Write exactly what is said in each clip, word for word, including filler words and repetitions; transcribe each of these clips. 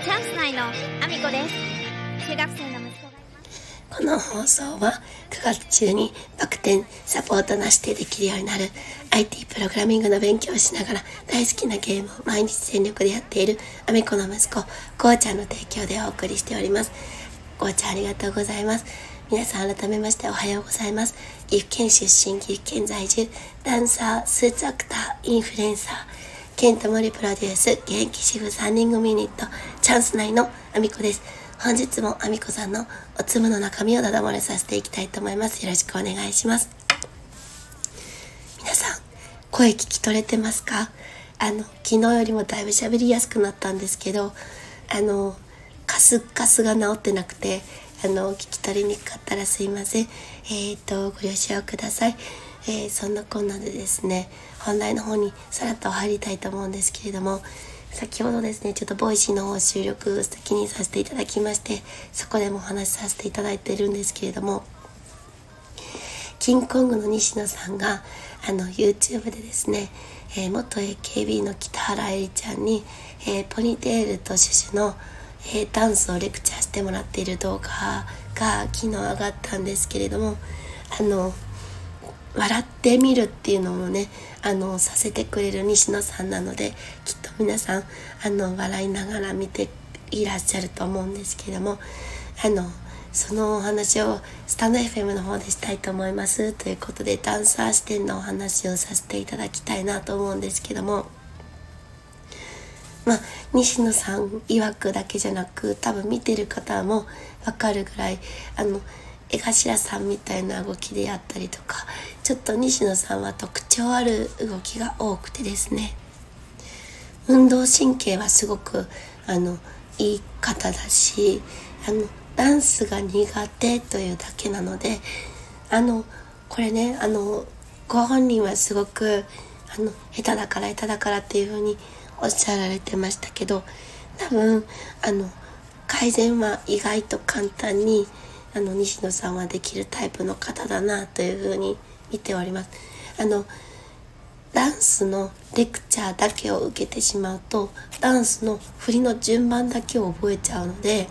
チャンス内のアミコです。中学生の息子がいます。 この放送はくがつ中にバク転サポートなしでできるようになる アイティー プログラミングの勉強をしながら大好きなゲームを毎日全力でやっているアミコの息子ゴーちゃんの提供でお送りしております。ゴーちゃんありがとうございます。皆さん改めましておはようございます。岐阜県出身、岐阜県在住、ダンサー、スーツアクター、インフルエンサー、ケントモリプロデュース、現役主婦さんにん組ユニット、チャンス内のアミコです。本日もアミコさんのおつむの中身をダダ漏れさせていきたいと思います。よろしくお願いします。皆さん、声聞き取れてますか？あの、昨日よりもだいぶ喋りやすくなったんですけど、あの、カスカスが治ってなくて、あの、聞き取りにくかったらすいません。えーと、ご了承ください。えー、そんなこんなでですね、本題の方にさらっと入りたいと思うんですけれども、先ほどですね、ちょっとボイシーの方収録先にさせていただきまして、そこでもお話しさせていただいているんですけれども、キングコングの西野さんがあの YouTube でですね、えー、元 エーケービー の北原絵里ちゃんに、えー、ポニーテールとシュシュの、えー、ダンスをレクチャーしてもらっている動画が昨日上がったんですけれども、あの笑ってみるっていうのもね、あのさせてくれる西野さんなので、きっと皆さんあの笑いながら見ていらっしゃると思うんですけれども、あのそのお話をスタンド エフエム の方でしたいと思いますということで、ダンサー視点のお話をさせていただきたいなと思うんですけども、まあ西野さん曰くだけじゃなく、多分見てる方もわかるぐらい、あの江頭さんみたいな動きでやったりとか、ちょっと西野さんは特徴ある動きが多くてですね、運動神経はすごくあのいい方だし、あのダンスが苦手というだけなので、あのこれね、あのご本人はすごくあの下手だから下手だからっていう風におっしゃられてましたけど、多分あの改善は意外と簡単にあの西野さんはできるタイプの方だなという風に見ております。あのダンスのレクチャーだけを受けてしまうと、ダンスの振りの順番だけを覚えちゃうので、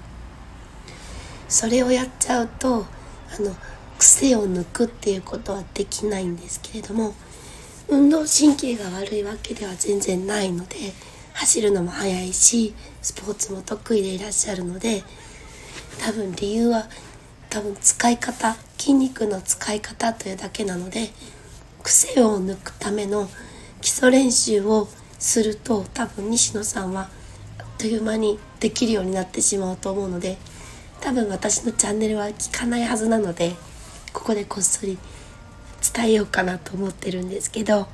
それをやっちゃうとあの癖を抜くっていうことはできないんですけれども、運動神経が悪いわけでは全然ないので、走るのも速いしスポーツも得意でいらっしゃるので、多分理由は多分使い方、筋肉の使い方というだけなので、癖を抜くための基礎練習をすると、多分西野さんはあっという間にできるようになってしまうと思うので、多分私のチャンネルは聞かないはずなので、ここでこっそり伝えようかなと思ってるんですけど、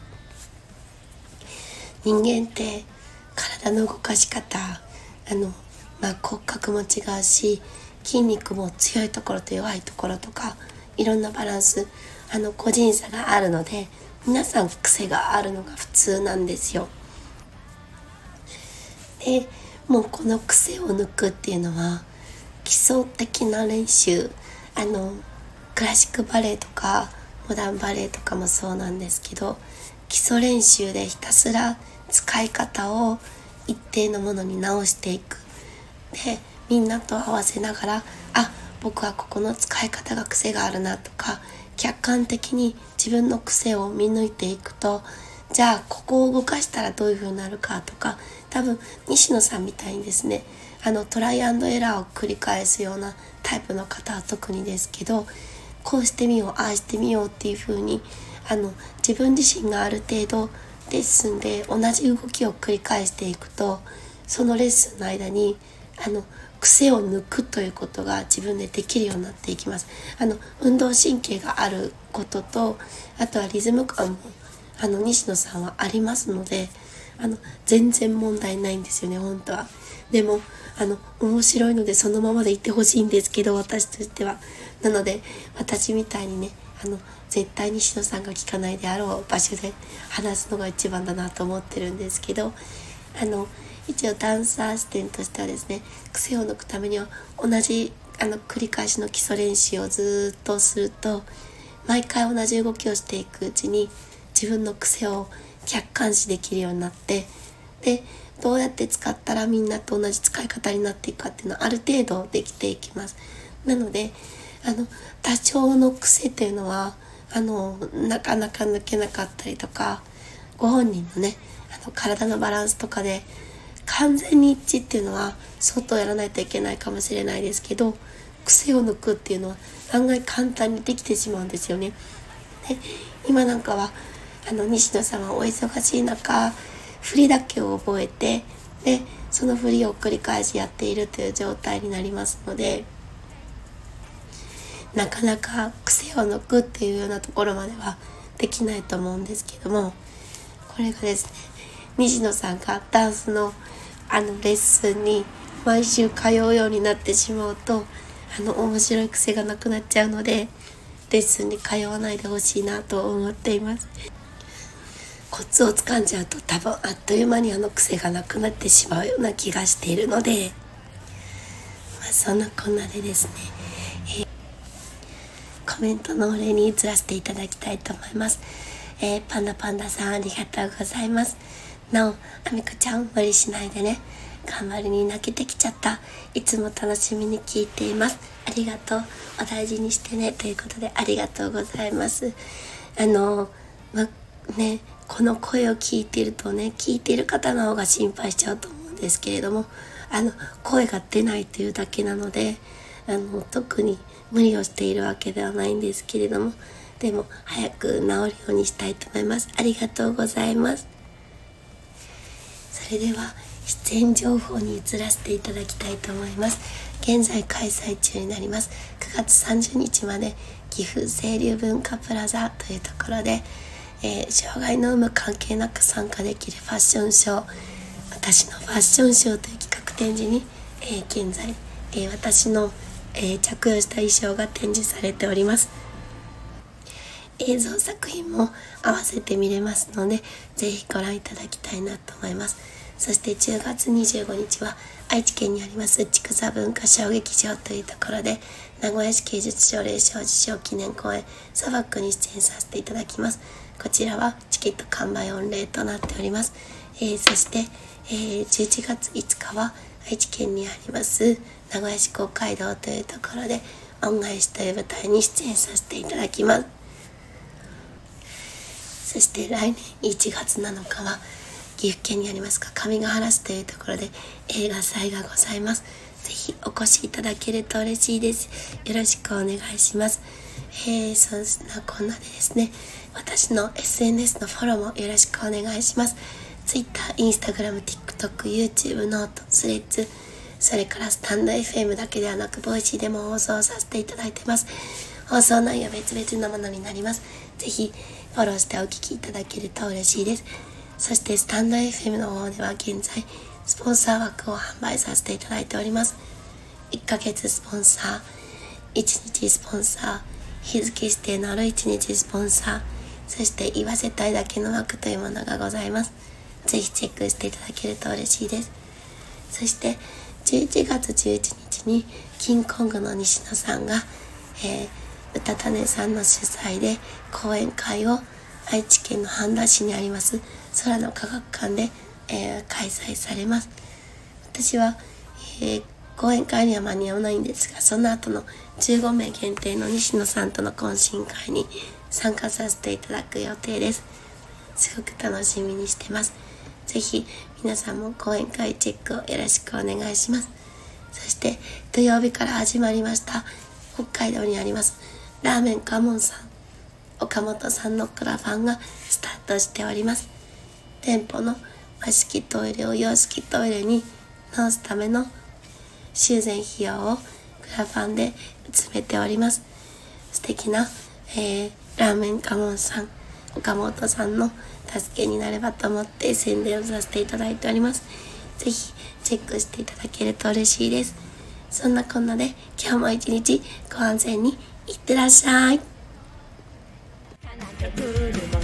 人間って体の動かし方、あのまあ骨格も違うし、筋肉も強いところと弱いところとか、いろんなバランス、あの個人差があるので、皆さん癖があるのが普通なんですよ。でもうこの癖を抜くっていうのは基礎的な練習、あのクラシックバレエとかモダンバレエとかもそうなんですけど、基礎練習でひたすら使い方を一定のものに直していく。でみんなと合わせながら、あ、僕はここの使い方が癖があるなとか、客観的に自分の癖を見抜いていくと、じゃあここを動かしたらどういう風になるかとか、多分西野さんみたいにですね、あのトライアンドエラーを繰り返すようなタイプの方は特にですけど、こうしてみよう、ああしてみようっていう風に、あの自分自身がある程度レッスンで同じ動きを繰り返していくと、そのレッスンの間にあの癖を抜くということが自分でできるようになっていきます。あの運動神経があることと、あとはリズム感もあの西野さんはありますので、あの全然問題ないんですよね、本当は。でもあの面白いのでそのままでいってほしいんですけど、私としては。なので私みたいにね、あの絶対西野さんが聞かないであろう場所で話すのが一番だなと思ってるんですけど、あの一応ダンサー視点としてはですね、癖を抜くためには同じあの繰り返しの基礎練習をずっとすると、毎回同じ動きをしていくうちに自分の癖を客観視できるようになって、でどうやって使ったらみんなと同じ使い方になっていくかっていうのはある程度できていきます。なのであの多少の癖っていうのはあのなかなか抜けなかったりとか、ご本人のねあの体のバランスとかで完全に一致っていうのは相当やらないといけないかもしれないですけど、癖を抜くっていうのは案外簡単にできてしまうんですよね。で今なんかはあの西野さんはお忙しい中振りだけを覚えて、でその振りを繰り返しやっているという状態になりますので、なかなか癖を抜くっていうようなところまではできないと思うんですけども、これがですね西野さんがダンスのあのレッスンに毎週通うようになってしまうと、あの面白い癖がなくなっちゃうのでレッスンに通わないでほしいなと思っています。コツをつかんじゃうと多分あっという間にあの癖がなくなってしまうような気がしているので、まあ、そんなこんなでですね、えー、コメントのお礼に移らせていただきたいと思います。えー、パンダパンダさんありがとうございます。なおあみこちゃん無理しないでね。頑張りに泣けてきちゃった。いつも楽しみに聞いています。ありがとう。お大事にしてねということでありがとうございます。あのまねこの声を聞いているとね、聞いている方の方が心配しちゃうと思うんですけれども、あの声が出ないというだけなので、あの特に無理をしているわけではないんですけれども、でも早く治るようにしたいと思います。ありがとうございます。それでは出演情報に移らせていただきたいと思います。現在開催中になりますくがつさんじゅうにちまで岐阜清流文化プラザというところで、えー、障害の有無関係なく参加できるファッションショー、私のファッションショーという企画展示に、えー、現在、えー、私の、えー、着用した衣装が展示されております。映像作品も合わせて見れますので、ぜひご覧いただきたいなと思います。そしてじゅうがつにじゅうごにちは愛知県にあります筑座文化小劇場というところで、名古屋市芸術奨励賞受賞記念公演サバックに出演させていただきます。こちらはチケット完売御礼となっております。えー、そして、えー、じゅういちがついつかは愛知県にあります名古屋市公会堂というところで恩返しという舞台に出演させていただきます。そして来年いちがつなのかは岐阜県にありますか上ヶ原市というところで映画祭がございます。ぜひお越しいただけると嬉しいです。よろしくお願いします。えー、そんなこんなでですね、私の エスエヌエス のフォローもよろしくお願いします。Twitter、Instagram、TikTok、YouTube、ノート、スレッズ、それからスタンド エフエム だけではなくボイシーでも放送させていただいています。放送内容別々のものになります。ぜひフォローしてお聞きいただけると嬉しいです。そしてスタンド エフエム の方では現在スポンサー枠を販売させていただいております。いっかげつスポンサー、いちにちスポンサー、日付指定のあるいちにちスポンサー、そして言わせたいだけの枠というものがございます。ぜひチェックしていただけると嬉しいです。そしてじゅういちがつじゅういちにちにキングコングの西野さんが、えー、歌種さんの主催で講演会を愛知県の半田市にあります空の科学館で、えー、開催されます。私は、えー、講演会には間に合わないんですが、その後のじゅうごめい限定の西野さんとの懇親会に参加させていただく予定です。すごく楽しみにしてます。ぜひ皆さんも講演会チェックをよろしくお願いします。そして土曜日から始まりました北海道にありますラーメンカモンさん、岡本さんのクラファンがスタートしております。店舗の和式トイレを洋式トイレに直すための修繕費用をクラファンで詰めております。素敵な、えー、ラーメンカモンさん、岡本さんの助けになればと思って宣伝をさせていただいております。ぜひチェックしていただけると嬉しいです。そんなこんなで今日も一日ご安全にいってらっしゃい。